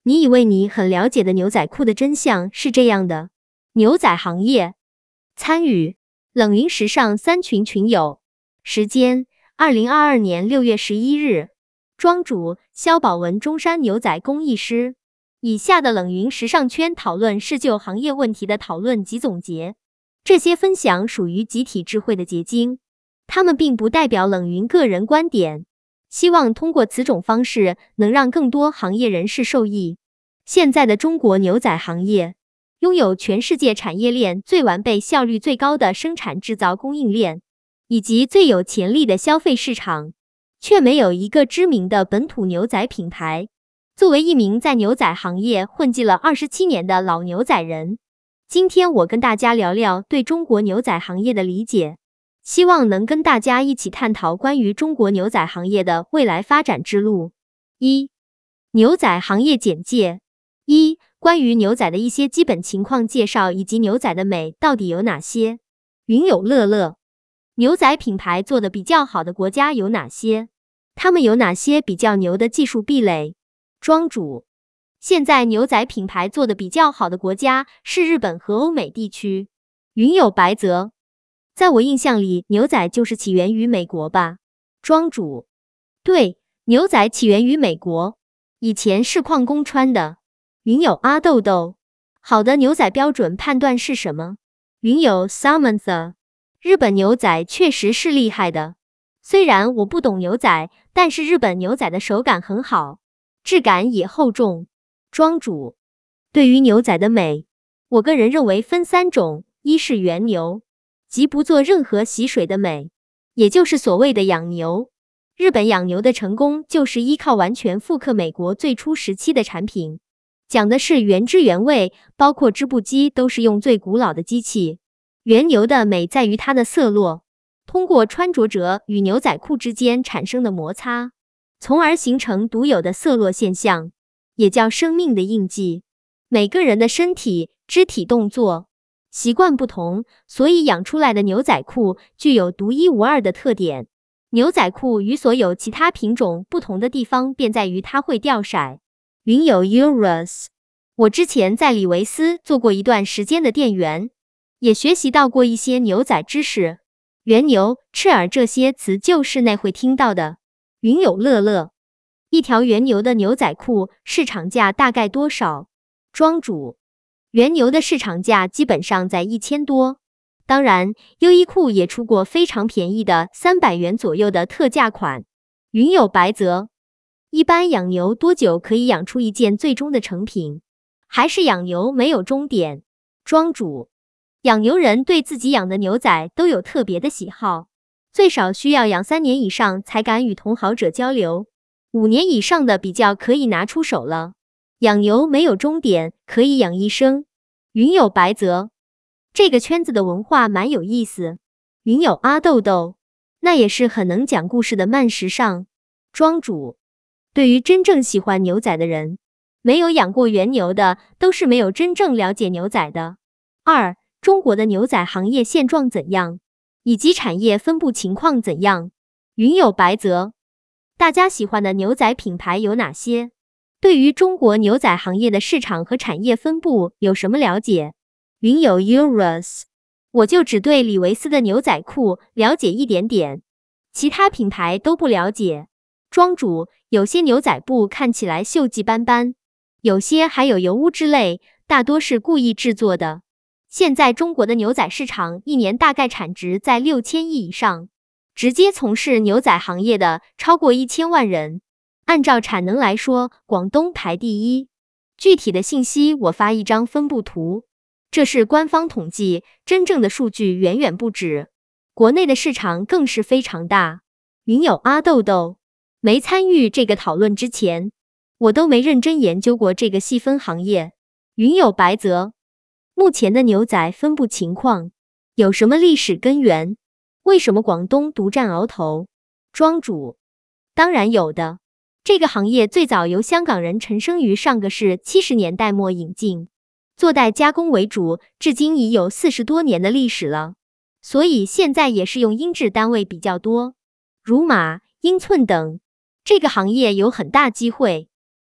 你以为你很了解的牛仔裤的真相是这样的。牛仔行业参与冷云时尚3群群友，时间2022年6月11日，庄主肖宝文，中山牛仔工艺师。以下的冷云时尚圈讨论是就行业问题的讨论及总结，这些分享属于集体智慧的结晶，他们并不代表冷云个人观点。希望通过此种方式能让更多行业人士受益。现在的中国牛仔行业拥有全世界产业链最完备、效率最高的生产制造供应链，以及最有潜力的消费市场，却没有一个知名的本土牛仔品牌。作为一名在牛仔行业混迹了27年的老牛仔人，今天我跟大家聊聊对中国牛仔行业的理解。希望能跟大家一起探讨关于中国牛仔行业的未来发展之路。1、牛仔行业简介。1、关于牛仔的一些基本情况介绍以及牛仔的美到底有哪些。云有乐乐。牛仔品牌做得比较好的国家有哪些？他们有哪些比较牛的技术壁垒？庄主。现在牛仔品牌做得比较好的国家是日本和欧美地区。云有白泽。在我印象里，牛仔就是起源于美国吧？庄主。对，牛仔起源于美国，以前是矿工穿的。云友阿豆豆。好的牛仔标准判断是什么？云友 Samantha。日本牛仔确实是厉害的，虽然我不懂牛仔，但是日本牛仔的手感很好，质感也厚重。庄主。对于牛仔的美，我个人认为分3种，一是原牛，即不做任何洗水的美，也就是所谓的养牛。日本养牛的成功就是依靠完全复刻美国最初时期的产品，讲的是原汁原味，包括织布机都是用最古老的机器。原牛的美在于它的色落，通过穿着者与牛仔裤之间产生的摩擦，从而形成独有的色落现象，也叫生命的印记。每个人的身体、肢体动作习惯不同，所以养出来的牛仔裤具有独一无二的特点。牛仔裤与所有其他品种不同的地方便在于它会掉色。云有 Urus。 我之前在李维斯做过一段时间的店员，也学习到过一些牛仔知识。原牛、赤耳这些词旧室内会听到的。云有乐乐。一条原牛的牛仔裤市场价大概多少？庄主。原牛的市场价基本上在1000多，当然优衣库也出过非常便宜的300元左右的特价款。云有白泽。一般养牛多久可以养出一件最终的成品？还是养牛没有终点？庄主。养牛人对自己养的牛仔都有特别的喜好，最少需要养3年以上才敢与同行者交流，5年以上的比较可以拿出手了。养牛没有终点，可以养一生。云有白泽。这个圈子的文化蛮有意思。云有阿豆豆。那也是很能讲故事的慢时尚。庄主。对于真正喜欢牛仔的人，没有养过原牛的都是没有真正了解牛仔的。2、中国的牛仔行业现状怎样，以及产业分布情况怎样？云有白泽。大家喜欢的牛仔品牌有哪些？对于中国牛仔行业的市场和产业分布有什么了解？云有 Urus。 我就只对李维斯的牛仔裤了解一点点，其他品牌都不了解。庄主。有些牛仔布看起来锈迹斑斑，有些还有油污之类，大多是故意制作的。现在中国的牛仔市场一年大概产值在6000亿以上，直接从事牛仔行业的超过1000万人。按照产能来说，广东排第1。具体的信息我发一张分布图，这是官方统计，真正的数据远远不止。国内的市场更是非常大。云有阿豆豆。没参与这个讨论之前，我都没认真研究过这个细分行业。云有白泽。目前的牛仔分布情况有什么历史根源？为什么广东独占鳌头？庄主。当然有的。这个行业最早由香港人陈生于上个世70年代末引进，做代加工为主，至今已有40多年的历史了。所以现在也是用英制单位比较多，如码、英寸等。这个行业有很大机会，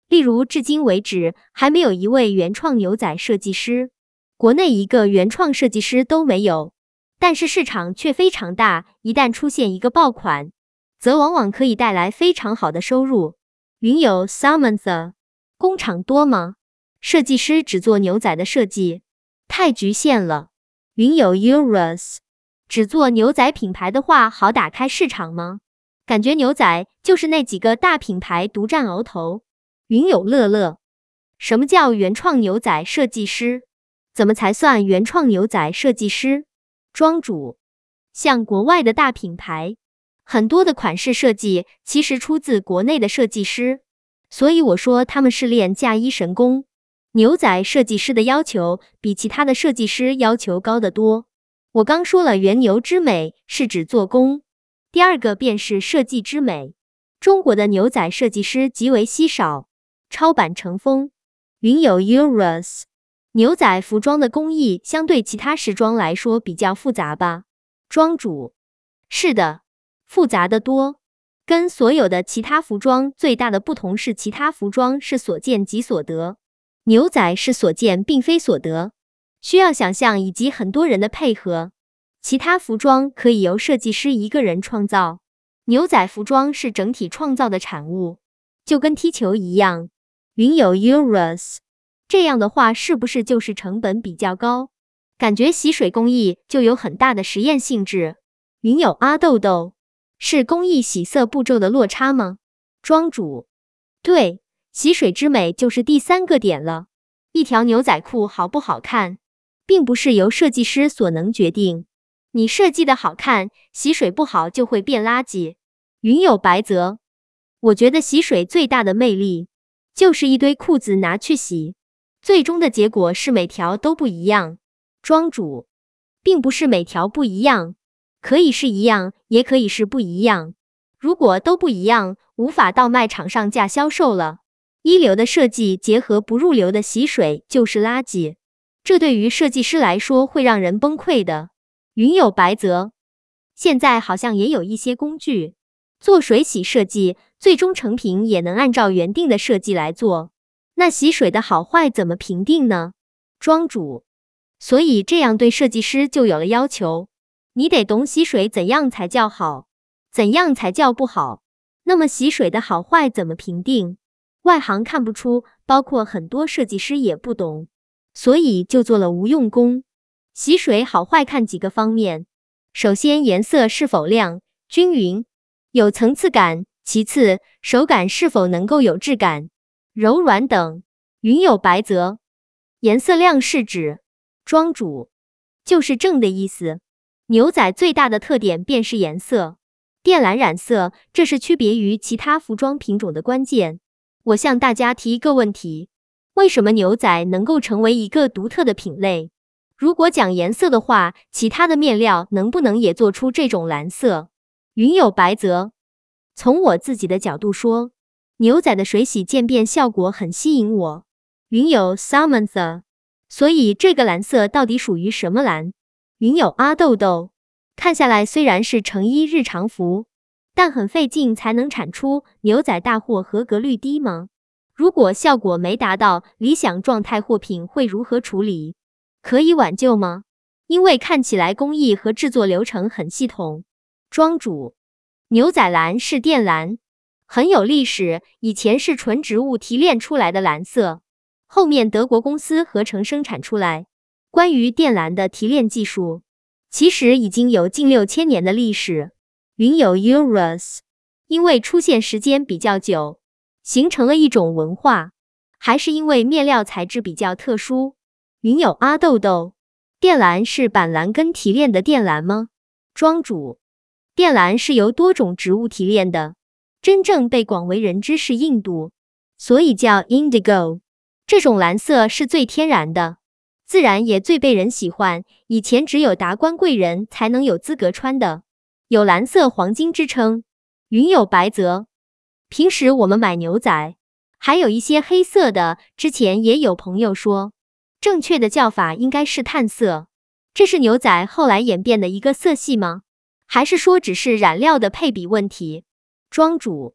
例如，至今为止还没有一位原创牛仔设计师，国内一个原创设计师都没有。但是市场却非常大，一旦出现一个爆款，则往往可以带来非常好的收入。云友 Samantha， 工厂多吗？设计师只做牛仔的设计，太局限了。云友 Urus， 只做牛仔品牌的话，好打开市场吗？感觉牛仔就是那几个大品牌独占鳌头。云友乐乐，什么叫原创牛仔设计师？怎么才算原创牛仔设计师？庄主，像国外的大品牌，很多的款式设计其实出自国内的设计师，所以我说他们是练嫁衣神功。牛仔设计师的要求比其他的设计师要求高得多。我刚说了，原牛之美是指做工，第二个便是设计之美。中国的牛仔设计师极为稀少，超版成风。云友 Urus， 牛仔服装的工艺相对其他时装来说比较复杂吧？庄主，是的，复杂得多。跟所有的其他服装最大的不同是，其他服装是所见即所得，牛仔是所见并非所得，需要想象以及很多人的配合。其他服装可以由设计师一个人创造，牛仔服装是整体创造的产物，就跟踢球一样。云友 Urus， 这样的话是不是就是成本比较高？感觉洗水工艺就有很大的实验性质。云友阿豆豆，是工艺洗色步骤的落差吗？庄主，对，洗水之美就是第三个点了。一条牛仔裤好不好看，并不是由设计师所能决定。你设计的好看，洗水不好就会变垃圾。云友白泽，我觉得洗水最大的魅力，就是一堆裤子拿去洗，最终的结果是每条都不一样。庄主，并不是每条不一样，可以是一样，也可以是不一样。如果都不一样，无法到卖场上架销售了。一流的设计结合不入流的洗水就是垃圾，这对于设计师来说会让人崩溃的。云友白泽，现在好像也有一些工具做水洗设计，最终成品也能按照原定的设计来做。那洗水的好坏怎么评定呢？庄主，所以这样对设计师就有了要求，你得懂洗水怎样才叫好，怎样才叫不好。那么洗水的好坏怎么评定？外行看不出，包括很多设计师也不懂，所以就做了无用功。洗水好坏看几个方面，首先颜色是否亮、均匀、有层次感，其次手感是否能够有质感、柔软等。云友白泽，颜色亮是指？庄主，就是正的意思。牛仔最大的特点便是颜色，靛蓝染色，这是区别于其他服装品种的关键。我向大家提一个问题，为什么牛仔能够成为一个独特的品类？如果讲颜色的话，其他的面料能不能也做出这种蓝色？云友白泽，从我自己的角度说，牛仔的水洗渐变效果很吸引我。云友 Samantha， 所以这个蓝色到底属于什么蓝？云友阿豆豆，看下来虽然是成衣日常服，但很费劲才能产出，牛仔大货合格率低吗？如果效果没达到理想状态，货品会如何处理？可以挽救吗？因为看起来工艺和制作流程很系统。庄主，牛仔蓝是靛蓝，很有历史，以前是纯植物提炼出来的蓝色，后面德国公司合成生产出来。关于靛蓝的提炼技术，其实已经有近6000年的历史。云友 Urus， 因为出现时间比较久，形成了一种文化，还是因为面料材质比较特殊？云友阿豆豆，靛蓝是板蓝根提炼的靛蓝吗？庄主，靛蓝是由多种植物提炼的，真正被广为人知是印度，所以叫 Indigo。这种蓝色是最天然的，自然也最被人喜欢，以前只有达官贵人才能有资格穿的，有蓝色黄金之称。云友白泽，平时我们买牛仔，还有一些黑色的，之前也有朋友说，正确的叫法应该是碳色，这是牛仔后来演变的一个色系吗？还是说只是染料的配比问题？庄主，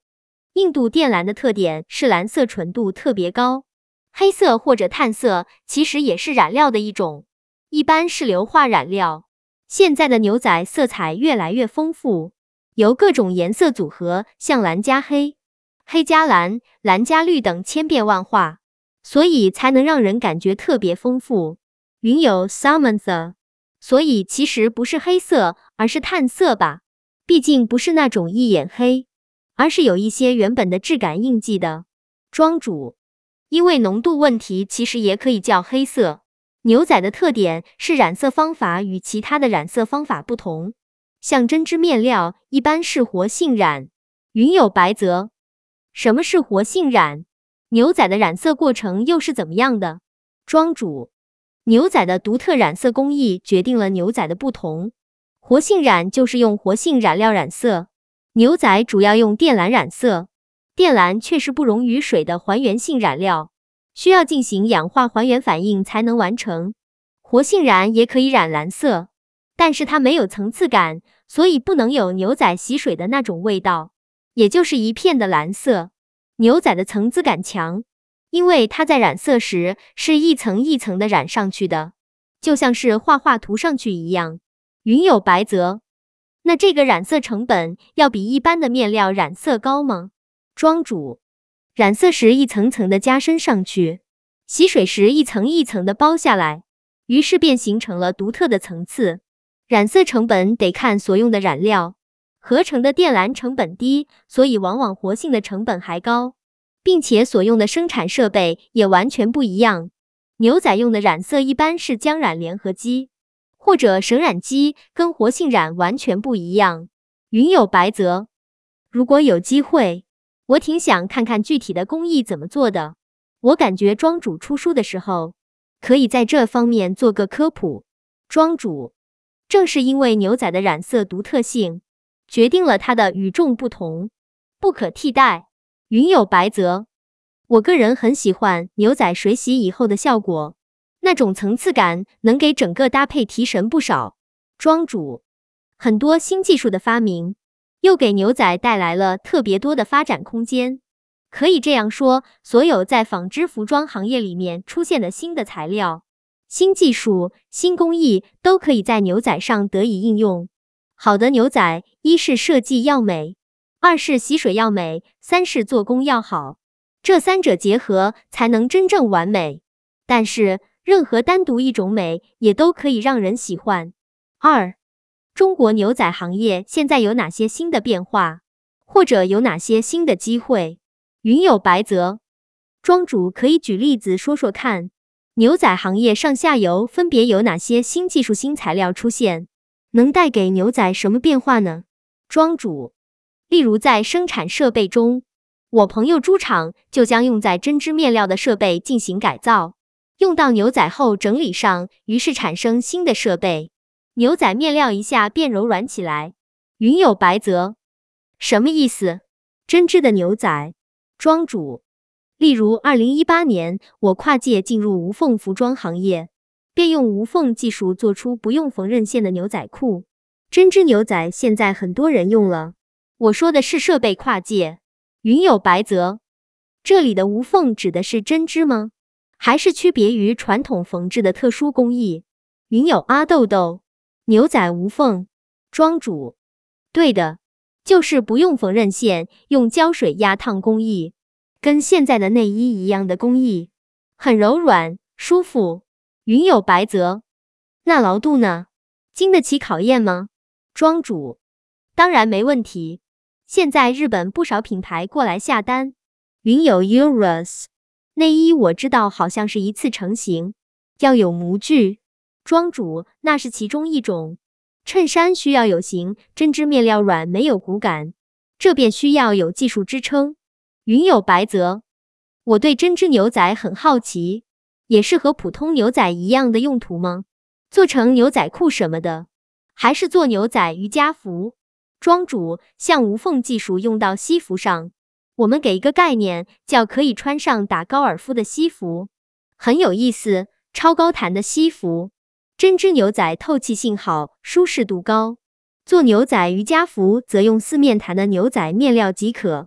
印度靛蓝的特点是蓝色纯度特别高，黑色或者碳色其实也是染料的一种，一般是硫化染料。现在的牛仔色彩越来越丰富，由各种颜色组合，像蓝加黑、黑加蓝、蓝加绿等千变万化，所以才能让人感觉特别丰富。云有 Samantha， 所以其实不是黑色，而是碳色吧，毕竟不是那种一眼黑，而是有一些原本的质感印记的。庄主，因为浓度问题，其实也可以叫黑色。牛仔的特点是染色方法与其他的染色方法不同，像针织面料一般是活性染。云有白泽，什么是活性染？牛仔的染色过程又是怎么样的？庄主，牛仔的独特染色工艺决定了牛仔的不同。活性染就是用活性染料染色，牛仔主要用靛蓝染色。靛蓝却是不溶于水的还原性染料，需要进行氧化还原反应才能完成。活性染也可以染蓝色，但是它没有层次感，所以不能有牛仔洗水的那种味道，也就是一片的蓝色。牛仔的层次感强，因为它在染色时是一层一层的染上去的，就像是画画涂上去一样。云有白泽，那这个染色成本要比一般的面料染色高吗？庄主，染色时一层层的加深上去，洗水时一层一层的包下来，于是便形成了独特的层次。染色成本得看所用的染料，合成的靛蓝成本低，所以往往活性的成本还高，并且所用的生产设备也完全不一样。牛仔用的染色一般是浆染联合机或者绳染机，跟活性染完全不一样。云有白泽，如果有机会，我挺想看看具体的工艺怎么做的。我感觉庄主出书的时候，可以在这方面做个科普。庄主，正是因为牛仔的染色独特性，决定了它的与众不同，不可替代。云有白泽，我个人很喜欢牛仔水洗以后的效果，那种层次感能给整个搭配提神不少。庄主，很多新技术的发明，又给牛仔带来了特别多的发展空间。可以这样说，所有在纺织服装行业里面出现的新的材料、新技术、新工艺，都可以在牛仔上得以应用。好的牛仔，一是设计要美，二是洗水要美，三是做工要好，这三者结合才能真正完美。但是，任何单独一种美也都可以让人喜欢。二，中国牛仔行业现在有哪些新的变化，或者有哪些新的机会？云有白泽，庄主可以举例子说说看，牛仔行业上下游分别有哪些新技术、新材料出现，能带给牛仔什么变化呢？庄主，例如在生产设备中，我朋友猪厂就将用在针织面料的设备进行改造，用到牛仔后整理上，于是产生新的设备，牛仔面料一下变柔软起来。云有白泽，什么意思？针织的牛仔。庄主，例如2018年，我跨界进入无缝服装行业，便用无缝技术做出不用缝纫线的牛仔裤。针织牛仔现在很多人用了，我说的是设备跨界。云有白泽，这里的无缝指的是针织吗？还是区别于传统缝制的特殊工艺？云有阿豆豆，牛仔无缝。庄主，对的，就是不用缝纫线，用胶水压烫工艺，跟现在的内衣一样的工艺，很柔软，舒服。云有白泽，那劳度呢？经得起考验吗？庄主，当然没问题。现在日本不少品牌过来下单。云有 Euros， 内衣我知道好像是一次成型，要有模具。庄主，那是其中一种。衬衫需要有型，针织面料软没有骨感，这便需要有技术支撑。云有白泽，我对针织牛仔很好奇，也是和普通牛仔一样的用途吗？做成牛仔裤什么的，还是做牛仔瑜伽服？庄主，像无缝技术用到西服上，我们给一个概念，叫可以穿上打高尔夫的西服，很有意思，超高弹的西服。针织牛仔透气性好，舒适度高。做牛仔瑜伽服则用四面弹的牛仔面料即可。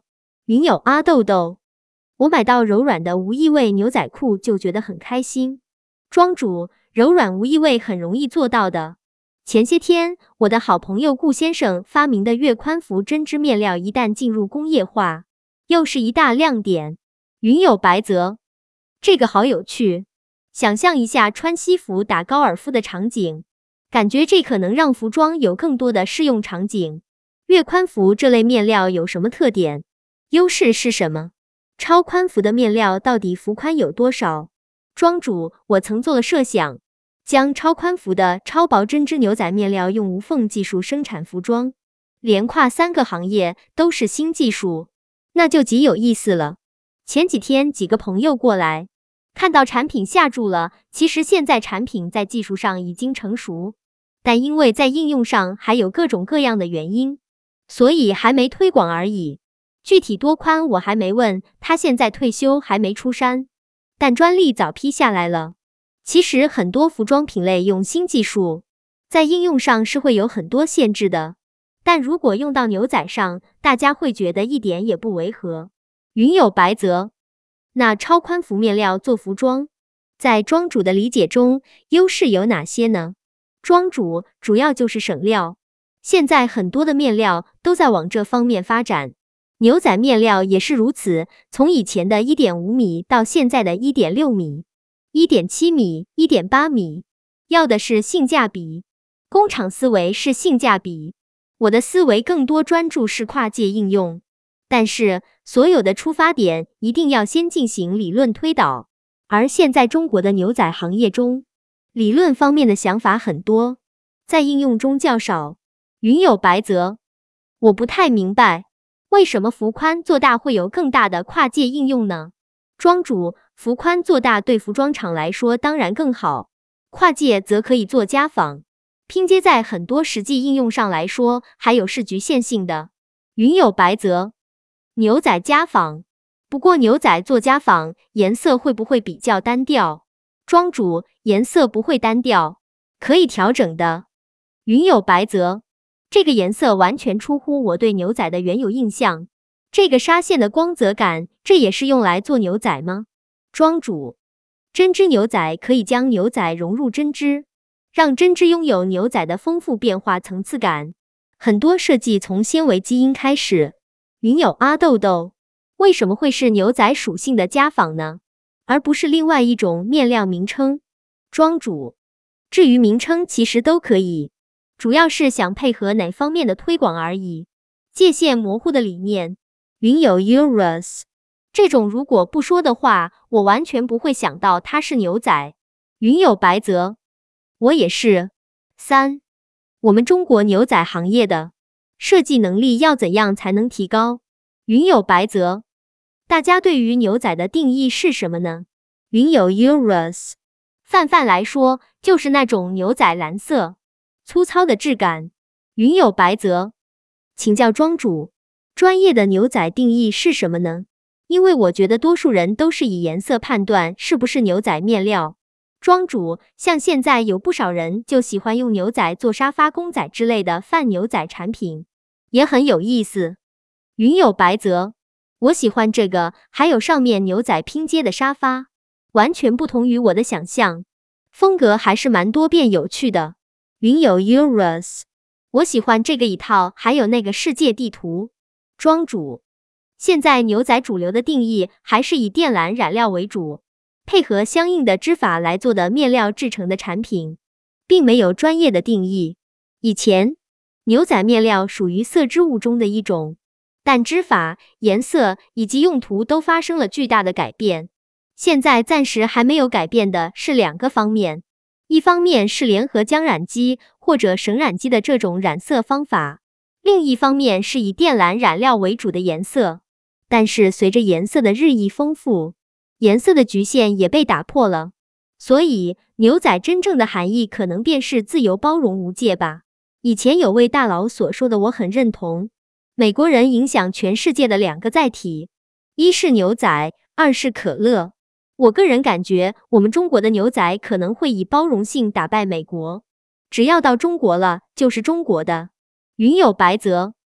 云友阿豆豆，我买到柔软的无异味牛仔裤就觉得很开心。庄主，柔软无异味很容易做到的。前些天，我的好朋友顾先生发明的越宽幅针织面料一旦进入工业化，又是一大亮点。云友白泽，这个好有趣。想象一下穿西服打高尔夫的场景，感觉这可能让服装有更多的适用场景。越宽幅这类面料有什么特点？优势是什么？超宽幅的面料到底幅宽有多少？庄主，我曾做了设想，将超宽幅的超薄针织牛仔面料用无缝技术生产服装，连跨3个行业都是新技术，那就极有意思了。前几天几个朋友过来，看到产品吓住了。其实现在产品在技术上已经成熟，但因为在应用上还有各种各样的原因，所以还没推广而已。具体多宽我还没问，他现在退休还没出山，但专利早批下来了。其实很多服装品类用新技术，在应用上是会有很多限制的，但如果用到牛仔上，大家会觉得一点也不违和。云友白泽，那超宽幅面料做服装，在庄主的理解中，优势有哪些呢？庄主，主要就是省料，现在很多的面料都在往这方面发展。牛仔面料也是如此，从以前的 1.5 米到现在的 1.6 米、1.7 米、1.8 米，要的是性价比。工厂思维是性价比，我的思维更多专注是跨界应用。但是，所有的出发点一定要先进行理论推导，而现在中国的牛仔行业中，理论方面的想法很多，在应用中较少。云友白泽，我不太明白，为什么幅宽做大会有更大的跨界应用呢？庄主，幅宽做大对服装厂来说当然更好，跨界则可以做家纺，拼接在很多实际应用上来说，还有是局限性的。云友白泽，牛仔家纺，不过牛仔做家纺，颜色会不会比较单调？庄主，颜色不会单调，可以调整的。云友白泽，这个颜色完全出乎我对牛仔的原有印象。这个纱线的光泽感，这也是用来做牛仔吗？庄主，针织牛仔可以将牛仔融入针织，让针织拥有牛仔的丰富变化层次感。很多设计从纤维基因开始。云友阿豆豆，为什么会是牛仔属性的家纺呢？而不是另外一种面料名称？庄主，至于名称其实都可以，主要是想配合哪方面的推广而已。界限模糊的理念。云友 Urus， 这种如果不说的话，我完全不会想到它是牛仔。云友白泽，我也是。3，我们中国牛仔行业的设计能力要怎样才能提高？云友白泽，大家对于牛仔的定义是什么呢？云友 Urus， 泛来说，就是那种牛仔蓝色，粗糙的质感。云友白泽，请教庄主，专业的牛仔定义是什么呢？因为我觉得多数人都是以颜色判断是不是牛仔面料。庄主，像现在有不少人就喜欢用牛仔做沙发、公仔之类的泛牛仔产品，也很有意思。云友白泽，我喜欢这个，还有上面牛仔拼接的沙发，完全不同于我的想象，风格还是蛮多变有趣的。云友 Urus， 我喜欢这个一套，还有那个世界地图。庄主，现在牛仔主流的定义还是以靛蓝染料为主，配合相应的织法来做的面料制成的产品，并没有专业的定义。以前，牛仔面料属于色织物中的一种，但织法、颜色以及用途都发生了巨大的改变。现在暂时还没有改变的是2个方面，一方面是联合浆染机或者绳染机的这种染色方法，另一方面是以靛蓝染料为主的颜色。但是随着颜色的日益丰富，颜色的局限也被打破了，所以牛仔真正的含义可能便是自由包容无界吧。以前有位大佬所说的我很认同，美国人影响全世界的2个载体，一是牛仔，二是可乐。我个人感觉我们中国的牛仔可能会以包容性打败美国，只要到中国了就是中国的。云友白泽，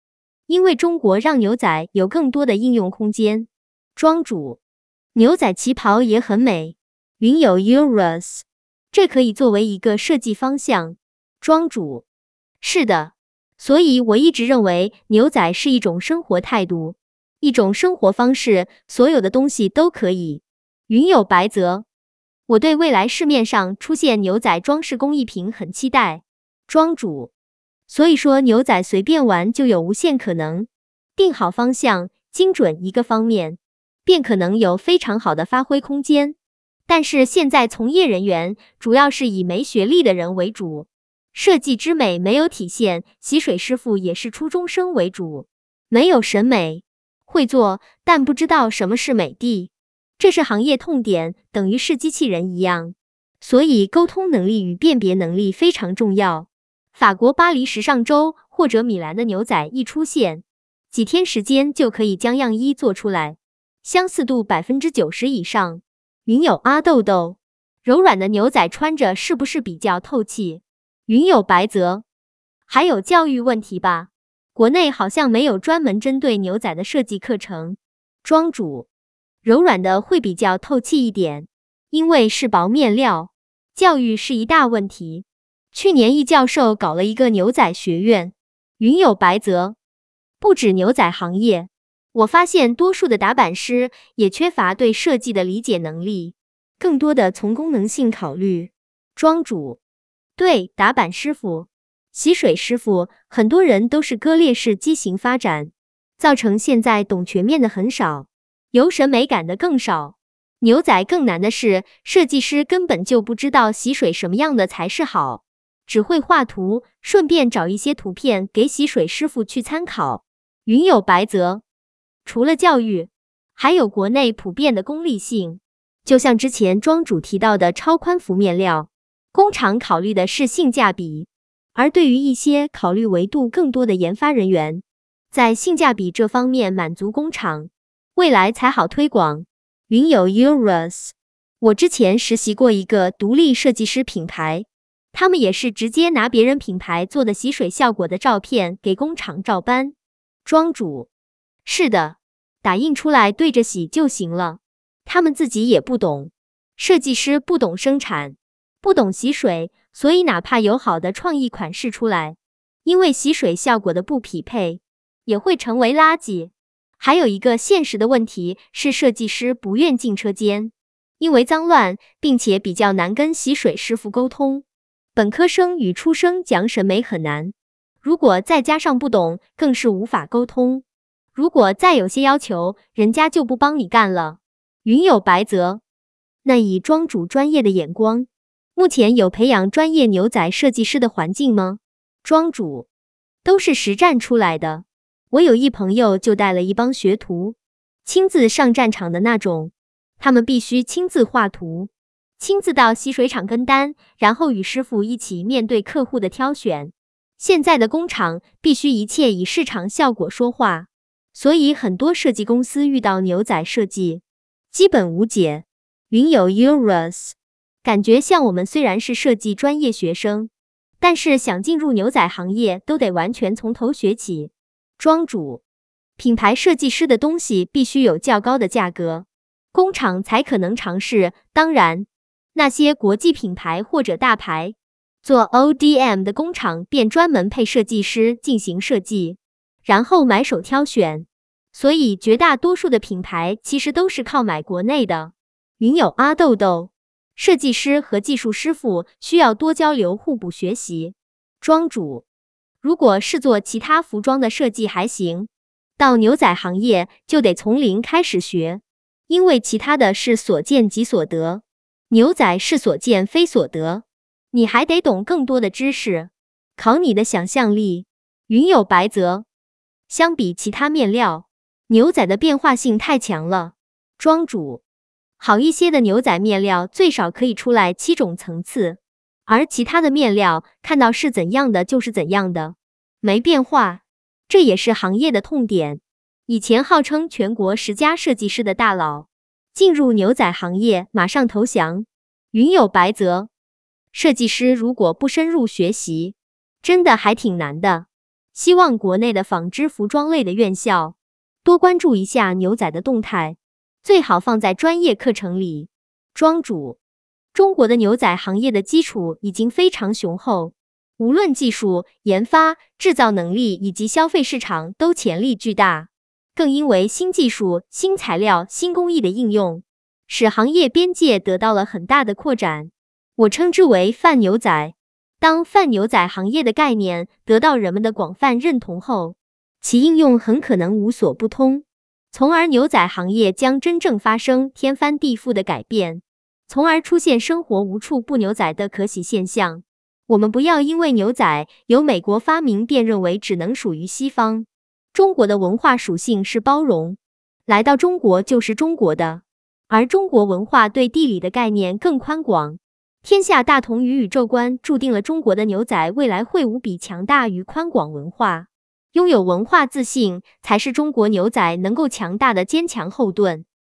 因为中国让牛仔有更多的应用空间。庄主，牛仔旗袍也很美。云友 Euros， 这可以作为一个设计方向。庄主，是的，所以我一直认为牛仔是一种生活态度，一种生活方式，所有的东西都可以。云友白泽，我对未来市面上出现牛仔装饰工艺品很期待。庄主，所以说牛仔随便玩就有无限可能，定好方向，精准一个方面，便可能有非常好的发挥空间。但是现在从业人员主要是以没学历的人为主，设计之美没有体现，洗水师傅也是初中生为主，没有审美，会做，但不知道什么是美的，这是行业痛点，等于是机器人一样。所以沟通能力与辨别能力非常重要。法国巴黎时尚周或者米兰的牛仔一出现，几天时间就可以将样衣做出来，相似度90%以上。云友阿豆豆，柔软的牛仔穿着是不是比较透气？云友白泽，还有教育问题吧，国内好像没有专门针对牛仔的设计课程。庄主，柔软的会比较透气一点，因为是薄面料，教育是一大问题。去年易教授搞了一个牛仔学院。云友白泽，不止牛仔行业，我发现多数的打板师也缺乏对设计的理解能力，更多的从功能性考虑。庄主，对，打板师傅、洗水师傅，很多人都是割裂式畸形发展，造成现在懂全面的很少，有审美感的更少。牛仔更难的是，设计师根本就不知道洗水什么样的才是好，只会画图，顺便找一些图片给洗水师傅去参考。云友白泽，除了教育，还有国内普遍的功利性，就像之前庄主提到的超宽幅面料，工厂考虑的是性价比，而对于一些考虑维度更多的研发人员，在性价比这方面满足工厂，未来才好推广。云友 Euros， 我之前实习过一个独立设计师品牌，他们也是直接拿别人品牌做的洗水效果的照片给工厂照搬。庄主，是的，打印出来对着洗就行了，他们自己也不懂，设计师不懂生产，不懂洗水，所以哪怕有好的创意款式出来，因为洗水效果的不匹配，也会成为垃圾。还有一个现实的问题是，设计师不愿进车间，因为脏乱，并且比较难跟洗水师傅沟通。本科生与初生讲审美很难，如果再加上不懂，更是无法沟通。如果再有些要求，人家就不帮你干了。云友白泽，那以庄主专业的眼光，目前有培养专业牛仔设计师的环境吗？庄主，都是实战出来的。我有一朋友就带了一帮学徒，亲自上战场的那种，他们必须亲自画图，亲自到洗水厂跟单，然后与师傅一起面对客户的挑选。现在的工厂必须一切以市场效果说话，所以很多设计公司遇到牛仔设计，基本无解。云友 Euros， 感觉像我们虽然是设计专业学生，但是想进入牛仔行业都得完全从头学起。庄主，品牌设计师的东西必须有较高的价格，工厂才可能尝试。当然，那些国际品牌或者大牌，做 ODM 的工厂便专门配设计师进行设计，然后买手挑选。所以绝大多数的品牌其实都是靠买国内的。云友阿豆豆，设计师和技术师傅需要多交流互补学习。庄主，如果是做其他服装的设计还行，到牛仔行业就得从零开始学，因为其他的是所见即所得，牛仔是所见非所得，你还得懂更多的知识，考你的想象力。云友白泽，相比其他面料，牛仔的变化性太强了。庄主，好一些的牛仔面料最少可以出来7种层次，而其他的面料看到是怎样的就是怎样的，没变化，这也是行业的痛点。以前号称全国10家设计师的大佬，进入牛仔行业马上投降。云友白泽，设计师如果不深入学习，真的还挺难的。 希望国内的纺织服装类的院校多关注一下牛仔的动态，最好放在专业课程里。庄主，中国的牛仔行业的基础已经非常雄厚，无论技术、研发、制造能力以及消费市场都潜力巨大，更因为新技术、新材料、新工艺的应用，使行业边界得到了很大的扩展。我称之为泛牛仔。当泛牛仔行业的概念得到人们的广泛认同后，其应用很可能无所不通，从而牛仔行业将真正发生天翻地覆的改变，从而出现生活无处不牛仔的可喜现象。我们不要因为牛仔由美国发明便认为只能属于西方。中国的文化属性是包容，来到中国就是中国的，而中国文化对地理的概念更宽广。天下大同与宇宙观注定了中国的牛仔未来会无比强大与宽广文化。拥有文化自信，才是中国牛仔能够强大的坚强后盾。